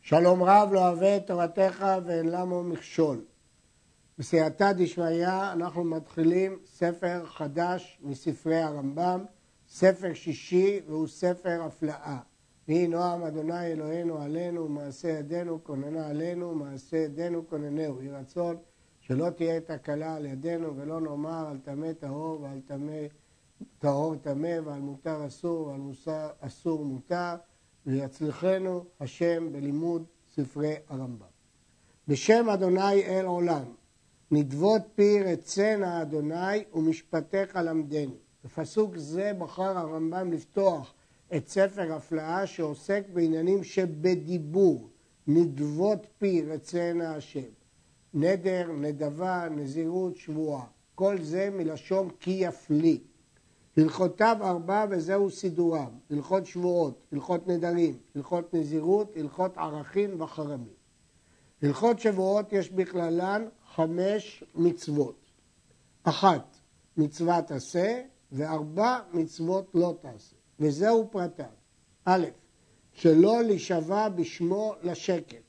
שלום רב לא אוהב את תורתך ואין למו מכשול. בסייעתא דשמיא אנחנו מתחילים ספר חדש מספרי הרמב"ם, ספר שישי והוא ספר הפלאה. ויהי נועם אדוני אלוהינו עלינו, מעשה ידינו כוננה עלינו, מעשה ידינו כוננהו. יהי רצון שלא תהיה תקלה על ידינו ולא נאמר על טמא טהור ועל טהור טמא ועל מותר אסור ועל אסור מותר. ויצליחנו השם בלימוד ספרי הרמב"ם. בשם אדוני אל עולם, נדבות פי רצנה אדוני ומשפטך למדני. בפסוק זה בחר הרמב"ם לפתוח את ספר הפלאה שעוסק בעניינים שבדיבור, נדבות פי רצנה השם. נדר, נדבה, נזירות, שבועה. כל זה מלשון כי יפלי. הלכותיו 4 וזהו סידורם, הלכות שבועות, הלכות נדרים, הלכות נזירות, הלכות ערכים וחרמים. הלכות שבועות יש בכללן 5 מצוות. 1 מצוות עשה ו4 מצוות לא תעשה. וזהו פרטיו. א', שלא להישבע בשמו לשקר.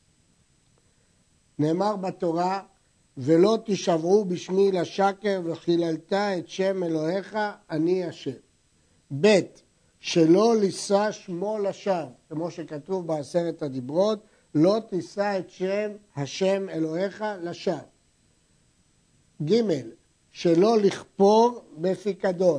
נאמר בתורה, ולא תשבעו בשמי לשקר וחיללת את שם אלוהיך אני השם. ב' שלא לישא שמו לשווא, כמו שכתוב בעשרת הדיברות, לא תישא את שם השם אלוהיך לשווא. ג' שלא לכפור בפיקדון.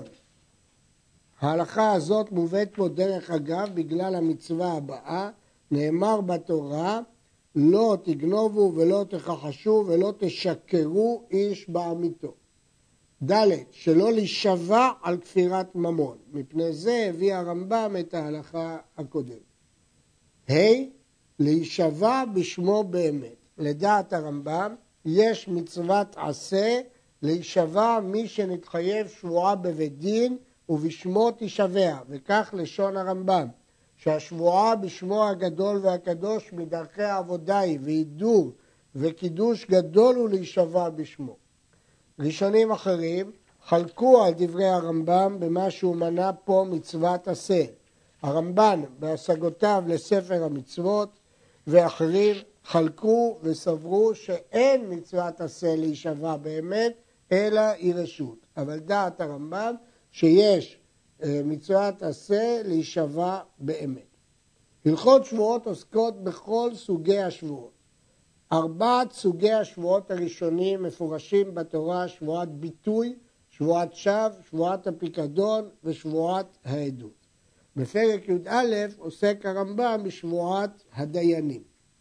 ההלכה הזאת מובאת פה דרך אגב בגלל המצווה הבאה, נאמר בתורה, לא תגנובו ולא תכחשו ולא תשקרו איש בעמיתו. ד' שלא להישבע על כפירת ממון. מפני זה הביא הרמב"ם את ההלכה הקודמת. ה' להישבע בשמו באמת. לדעת הרמב"ם יש מצוות עשה להישבע מי שנתחייב שבועה בבית דין ובשמו תישבע, וכך לשון הרמב"ם. שהשבועה בשמו הגדול והקדוש מדרכי העבודה היא, והידור וקידוש גדול הוא להישבע בשמו. ראשונים אחרים חלקו על דברי הרמב"ם במה שהוא מנה פה מצוות עשה. הרמב"ן בהשגותיו לספר המצוות ואחרים חלקו וסברו שאין מצוות עשה להישבע באמת, אלא היא רשות. אבל דעת הרמב"ם שיש מצוות עשה להישבע באמת. הלכות שבועות עוסקות בכל סוגי השבועות. 4 סוגי השבועות הראשונים מפורשים בתורה, שבועת ביטוי, שבועת שווא, שבועת הפיקדון ושבועת העדות. בפרק י"א עוסק הרמב"ם בשבועת הדיינים.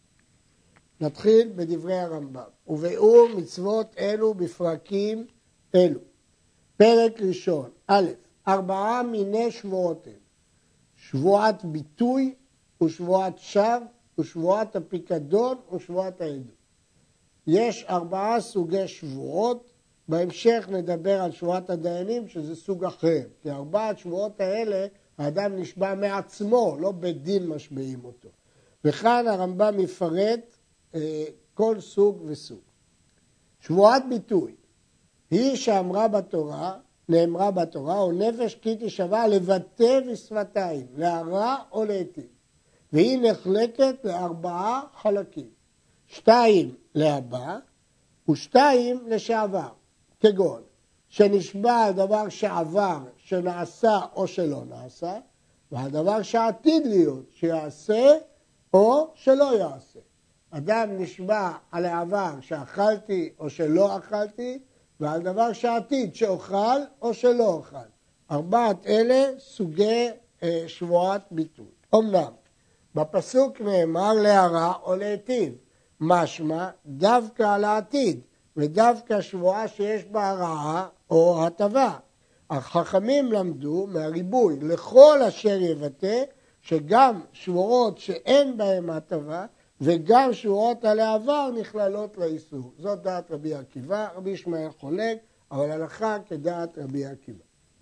נתחיל בדברי הרמב"ם. וביאור מצוות אלו בפרקים אלו. פרק ראשון, א', 4 מיני שבועות הם. שבועת ביטוי ושבועת שווא ושבועת הפיקדון ושבועת העדות. יש 4 סוגי שבועות, בהמשך נדבר על שבועת הדיינים שזה סוג אחר. כי 4 שבועות האלה האדם נשבע מעצמו, לא בדין משבעים אותו. וכאן הרמב"ם יפרט כל סוג וסוג. שבועת ביטוי היא שאמרה בתורה, נאמרה בתורה, או נפש כי תשבע לבטא בשפתיים, להרע או להיטיב. והיא נחלקת ל4 חלקים. 2 להבא ו2 לשעבר. כגון, שנשבע על דבר שעבר, שנעשה או שלא נעשה, והדבר שעתיד להיות, שיעשה או שלא יעשה. אדם נשבע על העבר שאכלתי או שלא אכלתי, ועל דבר שעתיד שאוכל או שלא אוכל. 4 אלה סוגי שבועת ביטוי. אמנם, בפסוק נאמר להרע או להיטיב, משמע דווקא על העתיד, ודווקא שבועה שיש בה הרעה או הטבה. החכמים למדו מהריבוי לכל אשר יבטא, שגם שבועות שאין בהם הטבה, וגם שבועות על העבר נכללות לאיסור. זאת דעת רבי עקיבא, רבי ישמעאל חולק, אבל הלכה כדעת רבי עקיבא.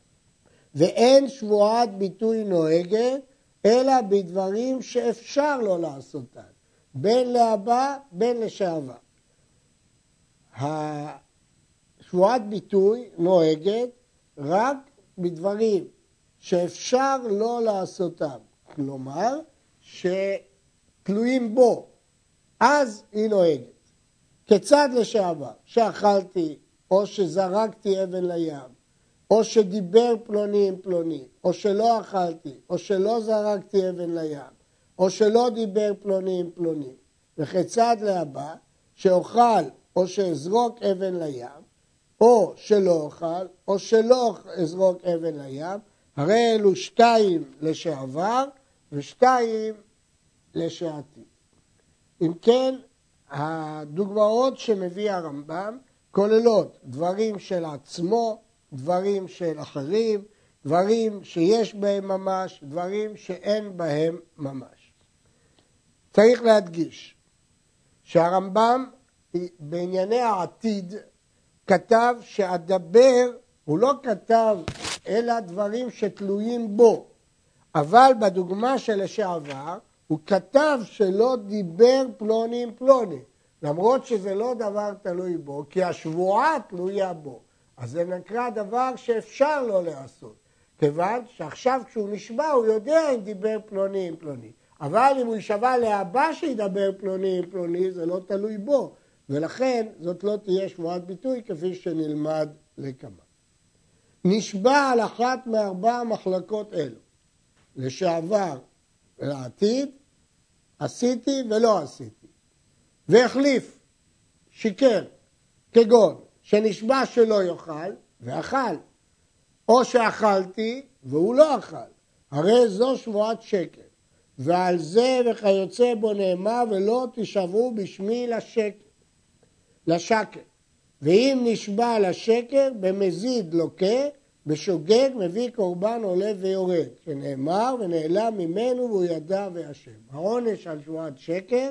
ואין שבועת ביטוי נוהגת, אלא בדברים שאפשר לא לעשותן, בין להבא, בין לשעבר. שבועת ביטוי נוהגת רק בדברים שאפשר לא לעשותם. כלומר, תלויים בו, אז היא נוהגת. כיצד לשעבר? שאכלתי, או שזרקתי אבן לים, או שדיבר פלוני עם פלוני, או שלא אכלתי, או שלא זרקתי אבן לים, או שלא דיבר פלוני עם פלוני. וכיצד להבא? שאוכל או שאזרוק אבן לים, או שלא אוכל, או שלא אזרוק אבן לים, הרי אלו 2 לשעבר ו2 לשעתי. אם כן, הדוגמאות שמביא הרמב"ם כוללות דברים של עצמו, דברים של אחרים, דברים שיש בהם ממש, דברים שאין בהם ממש. צריך להדגיש שהרמב"ם בענייני העתיד כתב שהדבר הוא לא כתב אלא דברים שתלויים בו, אבל בדוגמה של לשעבר הוא כתב שלא דיבר פלוני עם פלוני, למרות שזה לא דבר תלוי בו, כי השבועה תלויה בו. אז זה נקרא דבר שאפשר לא לעשות, כיוון שעכשיו כשהוא נשבע הוא יודע אם דיבר פלוני עם פלוני. אבל אם הוא יישבע להבא שידבר פלוני עם פלוני, זה לא תלוי בו, ולכן זאת לא תהיה שבועת ביטוי כפי שנלמד לכמה. נשבע על אחת מ4 מחלקות אלו, לשעבר ולעתיד, עשיתי ולא עשיתי, והחליף, שיקר, כגון שנשבע שלא יאכל ואכל, או שאכלתי והוא לא אכל, הרי זו שבועת שקר. ועל זה וכיוצא בו נאמר ולא תשבעו בשמי לשקר. ואם נשבע לשקר במזיד לוקה, בשוגג מביא קורבן עולה ויורד, שנאמר ונעלם ממנו והוא ידע והשם. העונש על שבועת שקר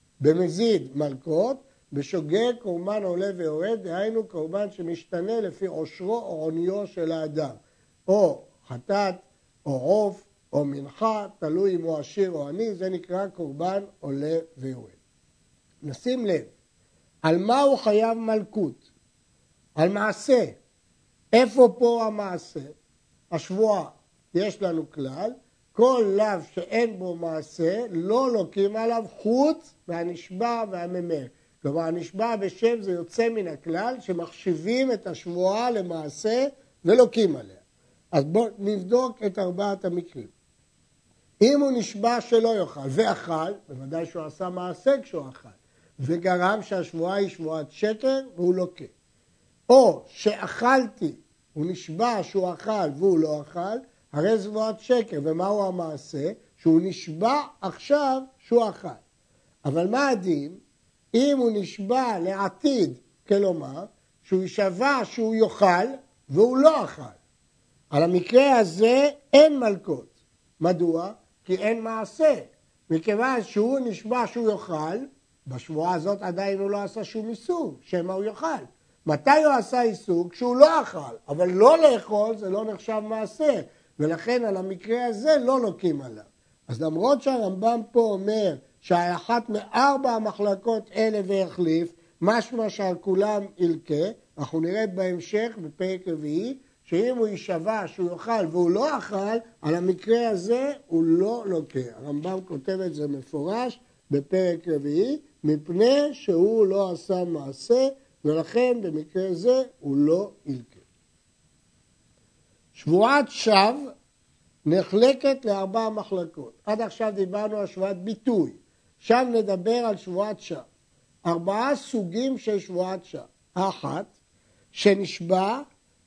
במזיד מלקות, בשוגג קורבן עולה ויורד, דהיינו קורבן שמשתנה לפי עושרו או עוניו של האדם, או חטאת או עוף או מנחה, תלוי אם הוא עשיר או עני, זה נקרא קורבן עולה ויורד. נשים לב, על מה הוא חייב מלכות? על מעשה. איפה פה המעשה? השבועה. יש לנו כלל, כל לאו שאין בו מעשה, לא לוקים עליו חוץ מהנשבע והממר. כלומר, הנשבע בשם זה יוצא מן הכלל, שמחשיבים את השבועה למעשה ולוקים עליה. אז בואו נבדוק את 4 המקרים. אם הוא נשבע שלא יאכל ואכל, בוודאי שהוא עשה מעשה כשהוא אכל, וגרם שהשבועה היא שבועת שקר והוא לוקה. או שאכלתי, הוא נשבע שהוא אכל והוא לא אכל, הרי זה שבועת שקר. ומהו המעשה? שהוא נשבע עכשיו שהוא אכל. אבל מה הדין? אם הוא נשבע לעתיד, כלומר, שהוא יישבע שהוא יאכל והוא לא אכל. על המקרה הזה אין מלכות. מדוע? כי אין מעשה. מכיוון שהוא נשבע שהוא יאכל, בשבועה הזאת עדיין הוא לא עשה שום איסור, שמא הוא יאכל. מתי הוא עשה איסור? כשהוא לא אכל. אבל לא לאכול זה לא נחשב מעשה, ולכן על המקרה הזה לא לוקים עליו. אז למרות שהרמב"ם פה אומר שהאחת מ4 המחלקות אלה והחליף, משמע שעל כולם ילקה, אנחנו נראה בהמשך בפרק 4, שאם הוא יישבע שהוא יאכל והוא לא אכל, על המקרה הזה הוא לא לוקה. הרמב"ם כותב את זה מפורש בפרק 4, מפני שהוא לא עשה מעשה, ולכן במקרה זה הוא לא ילקה. שבועת שווא נחלקת ל4 מחלקות. עד עכשיו דיברנו על שבועת ביטוי. עכשיו נדבר על שבועת שווא. 4 סוגים של שבועת שווא. האחת, שנשבע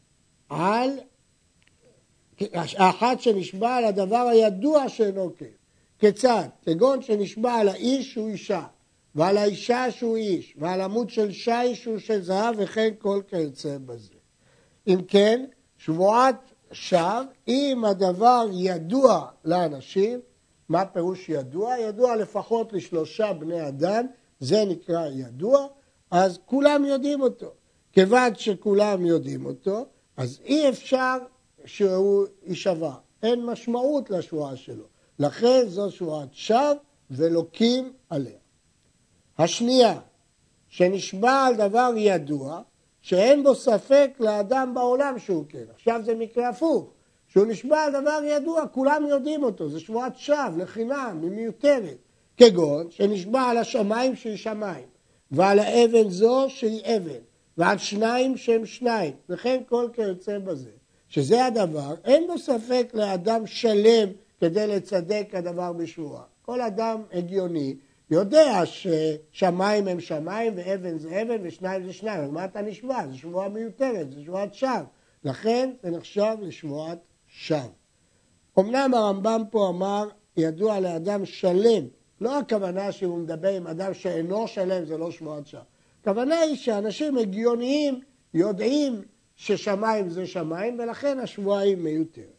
על הדבר הידוע שאינו כן. כיצד? כגון שנשבע על האיש שהוא אישה, ועל האישה שהוא איש, ועל עמוד של שיש שהוא של זהב, וכן כל כיוצא בזה. אם כן, שבועת שווא, אם הדבר ידוע לאנשים, מה פירוש ידוע? ידוע לפחות ל3 בני אדם, זה נקרא ידוע, אז כולם יודעים אותו. כיוון שכולם יודעים אותו, אז אי אפשר שהוא יישבע. אין משמעות לשבועה שלו. לכן זו שבועת שווא ולוקים עליה. השנייה, שנשבע על דבר ידוע, שאין בו ספק לאדם בעולם שהוא כן. עכשיו זה מקרה הפוך. שהוא נשבע על דבר ידוע, כולם יודעים אותו. זה שבועת שווא, לחינם, היא מיותרת. כגון שנשבע על השמיים שהיא שמיים, ועל האבן זו שהיא אבן, ועל שניים שהם שניים, וכן כל כיוצא בזה. שזה הדבר, אין בו ספק לאדם שלם כדי לצדק הדבר בשבועה. כל אדם הגיוני יודע ששמיים הם שמיים ואבן זה אבן ושניים זה שניים. אז מה אתה נשבע? זה שבועה מיותרת, זה שבועת שווא. לכן זה נחשב לשבועת שווא. אמנם הרמב"ם פה אמר ידוע לאדם שלם, לא הכוונה שהוא מדבר עם אדם שאינו שלם, זה לא שבועת שווא. הכוונה היא שאנשים הגיוניים יודעים ששמיים זה שמיים, ולכן השבועה היא מיותרת.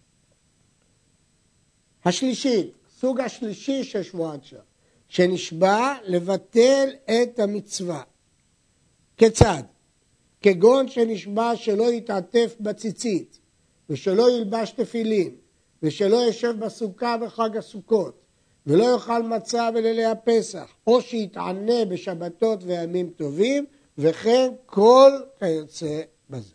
השלישית, סוג השלישי של שבועת שווא, שנשבע לבטל את המצווה. כיצד? כגון שנשבע שלא יתעטף בציצית, ושלא ילבש תפילין, ושלא ישב בסוכה בחג הסוכות, ולא יאכל מצה בלילי הפסח, או שיתענה בשבתות וימים טובים, וכן כל כיוצא בזה.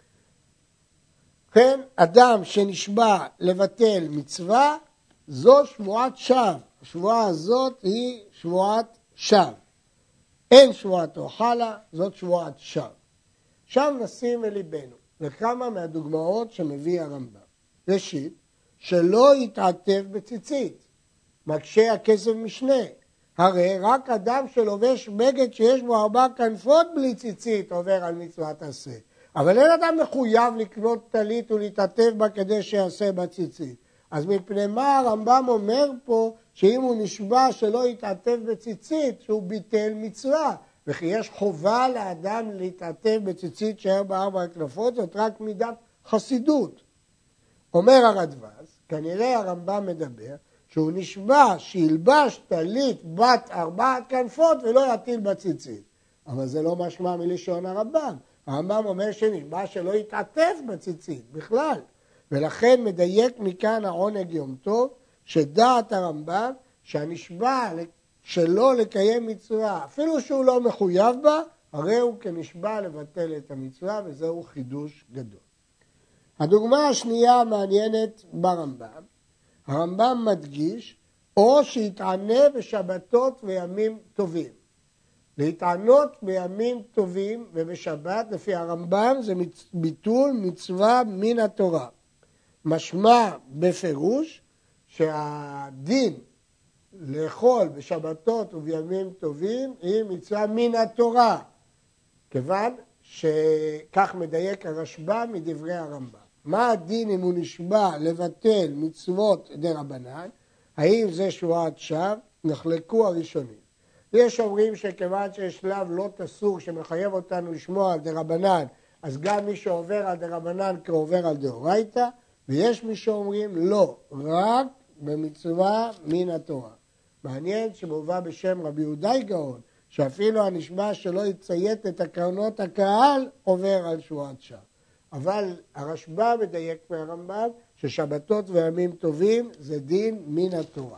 כן, אדם שנשבע לבטל מצווה, זו שבועת שווא. השבועה הזאת היא שבועת שווא. אין שבועת אוכלה, זאת שבועת שווא. שם נשים אליבנו לכמה מהדוגמאות שמביא הרמב"ם. ראשית, שלא יתעטף בציצית, מקשה הכסף משנה. הרי רק אדם שלובש בגד שיש בו 4 כנפות בלי ציצית עובר על מצוות עשה. אבל אין אדם מחויב לקנות טלית ולהתעטף בה כדי שיעשה בציצית. אז מפני מה הרמב"ם אומר פה שאם הוא נשבע שלא יתעטף בציצית שהוא ביטל מצווה, וכי יש חובה לאדם להתעטף בציצית שהיה בה 4 כנפות, זאת רק מידת חסידות. אומר הרדב"ז, כנראה הרמב"ם מדבר שהוא נשבע שילבש טלית בת 4 כנפות ולא יטיל בציצית. אבל זה לא משמע מלשון הרמב"ם. הרמב"ם אומר שנשבע שלא יתעטף בציצית בכלל. ולכן מדייק מכאן העונג יום טוב, שדעת הרמב"ם שהנשבע שלא לקיים מצווה, אפילו שהוא לא מחויב בה, הרי הוא כנשבע לבטל את המצווה, וזהו חידוש גדול. הדוגמה השנייה המעניינת ברמב"ם, הרמב"ם מדגיש, או שיתענה בשבתות וימים טובים. להתענות בימים טובים ובשבת, לפי הרמב"ם, זה ביטול מצווה מן התורה. משמע בפירוש שהדין לאכול בשבתות ובימים טובים היא מצווה מן התורה, כיוון שכך מדייק הרשב"א מדברי הרמב"ם. מה הדין אם הוא נשבע לבטל מצוות דרבנן? האם זה שבועת שווא? נחלקו הראשונים. יש אומרים שכיוון שיש שלב לא תסור שמחייב אותנו לשמוע על דרבנן, אז גם מי שעובר על דרבנן כעובר על דאורייתא, ויש מי שאומרים לא, רק במצווה מן התורה. מעניין שמובא בשם רבי יהודה גאון, שאפילו הנשבע שלא יציית את הקרנות הקהל עובר על שבועת שווא. אבל הרשב"א מדייק מהרמב"ם ששבתות וימים טובים זה דין מן התורה.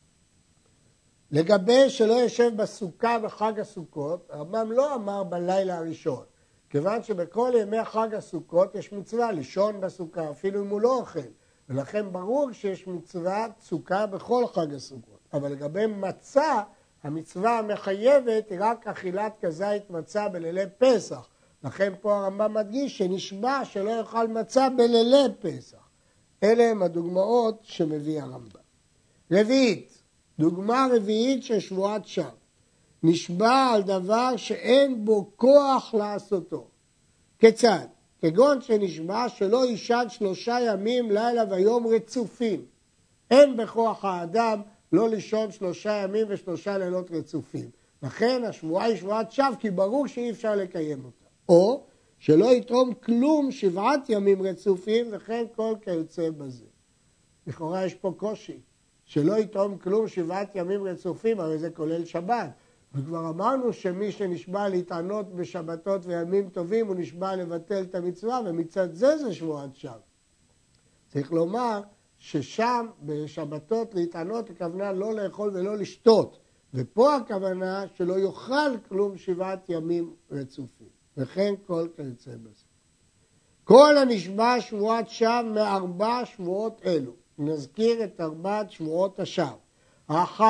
לגבי שלא יושב בסוכה בחג הסוכות, הרמב"ם לא אמר בלילה הראשון, כיוון שבכל ימי חג הסוכות יש מצווה לישון בסוכה, אפילו אם הוא לא אוכל, ולכן ברור שיש מצווה סוכה בכל חג הסוכות. אבל לגבי מצה, המצווה המחייבת היא רק אכילת כזית מצה בלילי פסח. לכן פה הרמב"ם מדגיש שנשבע שלא יאכל מצה בלילי פסח. אלה הם הדוגמאות שמביא הרמב"ם. רביעית, דוגמה רביעית של שבועת שווא. נשבע על דבר שאין בו כוח לעשותו. כיצד? כגון שנשבע שלא יישן 3 ימים לילה ויום רצופים. אין בכוח האדם לא לישון 3 ימים ו3 לילות רצופים. לכן השבועה היא שבועת שווא, כי ברור שאי אפשר לקיים אותה. או שלא יתרום כלום 7 ימים רצופים, וכן כל כיוצא בזה. לכאורה יש פה קושי. שלא יתרום כלום 7 ימים רצופים, הרי זה כולל שבת. וכבר אמרנו שמי שנשבע להתענות בשבתות וימים טובים, הוא נשבע לבטל את המצווה, ומצד זה שבועת שווא. צריך לומר ששם בשבתות להתענות הכוונה לא לאכול ולא לשתות. ופה הכוונה שלא יאכל כלום 7 ימים רצופים. וכן כל כיוצא בזה. כל הנשבע שבועת שווא מ4 שבועות אלו. נזכיר את 4 שבועות השווא. האחת,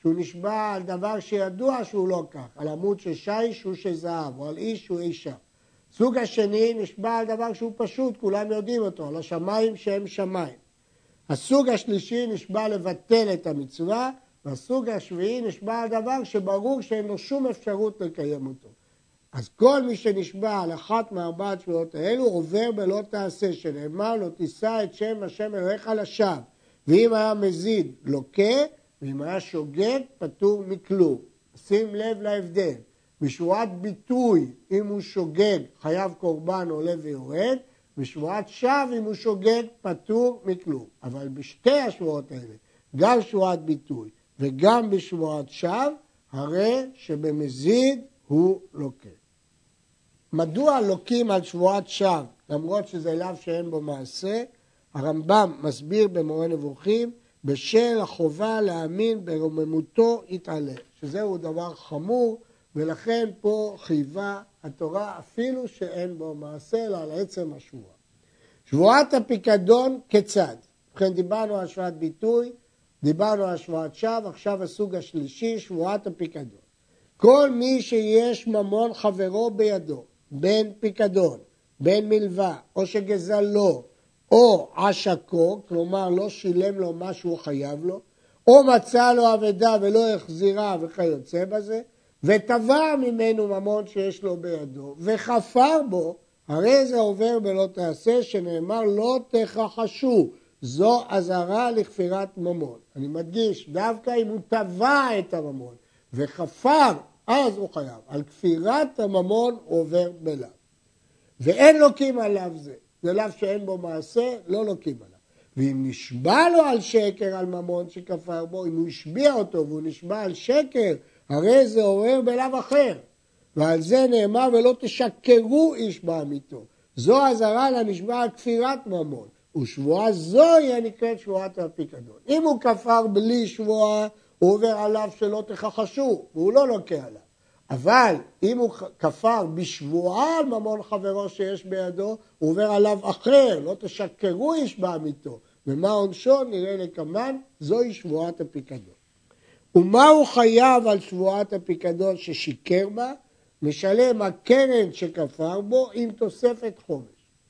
שהוא נשבע על דבר שידוע שהוא לא כך, על עמוד של שיש הוא של זהב, או על איש הוא אישה. סוג השני נשבע על דבר שהוא פשוט, כולם יודעים אותו, על השמיים שהם שמיים. הסוג השלישי נשבע לבטל את המצווה, והסוג השביעי נשבע על דבר שברור שאין לו שום אפשרות לקיים אותו. אז כל מי שנשבע על אחת מארבעת שבועות האלו עובר בלא תעשה, שנאמר לא תישא את שם השם אלוהיך לשווא, ואם היה מזיד לוקה, ואם היה שוגג פטור מכלום. שים לב להבדל, בשבועת ביטוי אם הוא שוגג חייב קורבן עולה ויורד, בשבועת שווא אם הוא שוגג פטור מכלום. אבל בשתי השבועות האלה, גם שבועת ביטוי וגם בשבועת שווא, הרי שבמזיד הוא לוקה. מדוע לוקים על שבועת שווא, למרות שזה לאו שאין בו מעשה? הרמב"ם מסביר במורה נבוכים, בשל החובה להאמין ברוממותו יתעלה, שזהו דבר חמור, ולכן פה חייבה התורה אפילו שאין בו מעשה, אלא על עצם השבועה. שבועת הפיקדון כיצד? ובכן דיברנו על שבועת ביטוי, דיברנו על שבועת שווא, עכשיו הסוג השלישי, שבועת הפיקדון. כל מי שיש ממון חברו בידו, בין פיקדון, בין מלווה, או שגזל לו, או עשקו, כלומר לא שילם לו מה שהוא חייב לו, או מצא לו אבדה ולא החזירה וכיוצא בזה, ותבע ממנו ממון שיש לו בידו, וחפר בו, הרי זה עובר בלא תעשה, שנאמר לא תכחשו, זו אזהרה לכפירת ממון. אני מדגיש, דווקא אם הוא תבע את הממון וחפר, אז הוא חייב. על כפירת הממון הוא עובר בלאו. ואין לוקים עליו זה. זה לאו שאין בו מעשה, לא לוקים עליו. ואם נשבע לו על שקר על ממון שכפר בו, אם הוא השביע אותו והוא נשבע על שקר, הרי זה עובר בלאו אחר. ועל זה נאמר ולא תשקרו איש בעמיתו. זו אזהרה לנשבע על כפירת ממון. ושבועה זו היא נקראת שבועת הפיקדון. אם הוא כפר בלי שבועה, הוא עובר עליו שלא תכחשו, והוא לא לוקה עליו. אבל אם הוא כפר בשבועה על ממון חברו שיש בידו, הוא עובר עליו אחר, לא תשקרו איש בעמיתו. ומה עונשו? נראה לקמן, זוהי שבועת הפיקדון. ומה הוא חייב על שבועת הפיקדון ששיקר בה? משלם הקרן שכפר בו עם תוספת חומש.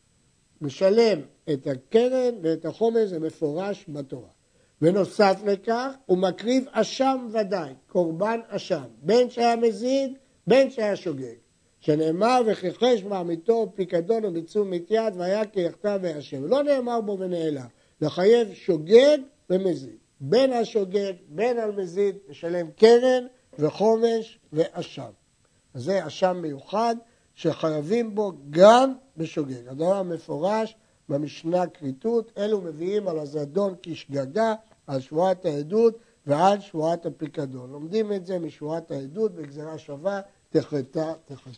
משלם את הקרן ואת החומש, זה מפורש בתורה. ונוסף לכך, הוא מקריב אשם ודאי, קורבן אשם, בין שהיה מזיד, בין שהיה שוגג. שנאמר וכחש בעמיתו פיקדון ובתשומת יד והיה כי יחטא והשם. לא נאמר בו ונעלם, לחייב שוגג ומזיד. בין השוגג, בין המזיד, משלם קרן וחומש ואשם. אז זה אשם מיוחד שחייבים בו גם בשוגג. הדבר מפורש במשנה כריתות, אלו מביאים על הזדון כשגגה, על שבועת העדות ועל שבועת הפיקדון. לומדים את זה משבועת העדות בגזרה שווה, תחרטה.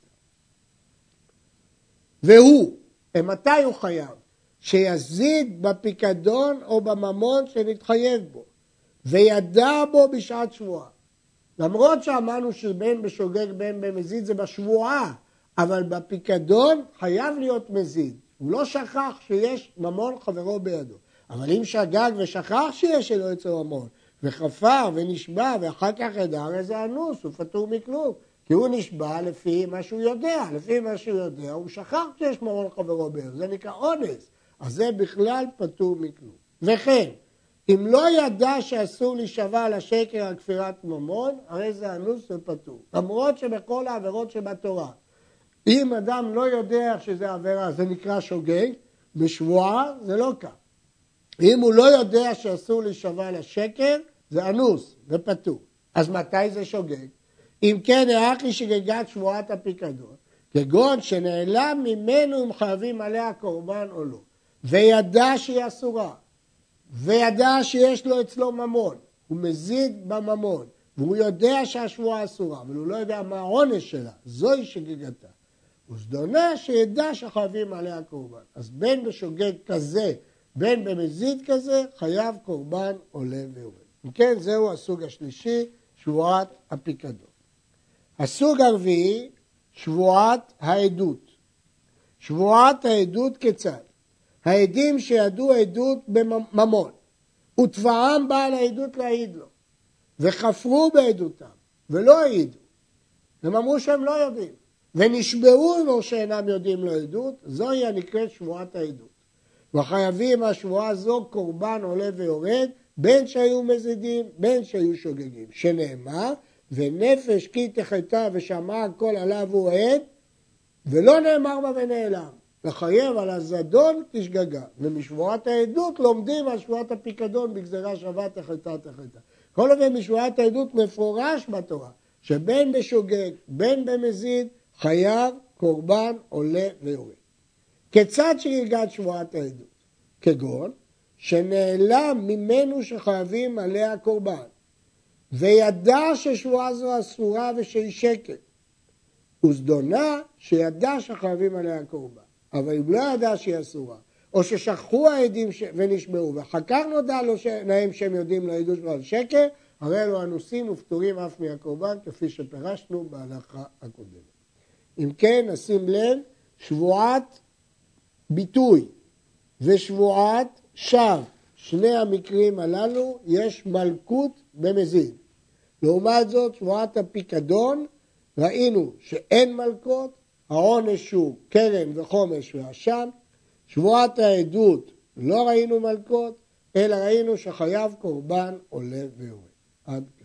והוא, מתי הוא חייב? שיזיד בפיקדון או בממון שנתחייב בו, וידע בו בשעת שבועה. למרות שאמרנו שבין בשוגג בין במזיד זה בשבועה, אבל בפיקדון חייב להיות מזיד. הוא לא שכח שיש ממון חברו בידו. אבל אם שגג ושכח שיש אלו אצלו ממון, וחפר ונשבע ואחר כך ידע, הרי זה אנוס, הוא פטור מכלום. כי הוא נשבע לפי מה שהוא יודע. לפי מה שהוא יודע, הוא שכח שיש ממון חברו בידו. זה נקרא אונס. אז זה בכלל פטור מכלום. וכן, אם לא ידע שאסור להישבע על השקר על כפירת ממון, הרי זה אנוס ופטור. למרות שבכל העבירות שבתורה, אם אדם לא יודע שזה עבירה, זה נקרא שוגג, בשבועה זה לא כך. אם הוא לא יודע שאסור להישבע על השקר, זה אנוס ופטור. אז מתי זה שוגג? אם כן, האחי שגגת שבועת הפיקדון, כגון שנעלם ממנו אם חייבים עליה קורבן או לא, וידע שהיא אסורה, וידע שיש לו אצלו ממון, הוא מזיד בממון, והוא יודע שהשבועה אסורה, אבל הוא לא יודע מה העונש שלה, זוהי שגגתה. וזדונה שידע שחייבים עליה קורבן. אז בין בשוגג כזה, בין במזיד כזה, חייב קורבן עולה ויורד. וכן, זהו הסוג השלישי, שבועת הפיקדון. הסוג הרביעי, שבועת העדות. שבועת העדות כיצד? העדים שידעו עדות בממון, ותבעם בעל העדות להעיד לו. וחפרו בעדותם ולא העידו, הם אמרו שהם לא יודעים, ונשבעו לו שאינם יודעים לו עדות, זוהי הנקראת שבועת העדות. וחייבים השבועה זו קורבן עולה ויורד, בין שהיו מזידים, בין שהיו שוגגים, שנאמר, ונפש כי תחתה ושמע הכל עליו הוא עד, ולא נאמר בה ונעלם. לחייב על הזדון כשגגה, ומשבועת העדות לומדים על שבועת הפיקדון בגזרה שווה תחתה. כל אופן משבועת העדות מפורש בתורה, שבין בשוגג, בין במזיד, חייב קורבן עולה ויורד. כיצד שגגת שבועת העדות? כגון שנעלם ממנו שחייבים עליה קורבן, וידע ששבועה זו אסורה ושהיא שקר, וזדונה שידע שחייבים עליה קורבן, אבל אם לא ידע שהיא אסורה, או ששכחו העדים ונשבעו, ואחר כך נודע להם שהם יודעים לעדות על שקר, הרי אלו אנוסים ופטורים אף מהקורבן, כפי שפרשנו בהלכה הקודמת. אם כן, נשים לב, שבועת ביטוי ושבועת שווא, שני המקרים הללו יש מלכות במזיד. לעומת זאת, שבועת הפיקדון, ראינו שאין מלכות, העונש הוא קרן וחומש ואשם. שבועת העדות לא ראינו מלכות, אלא ראינו שחייב קורבן עולה ויורד. עד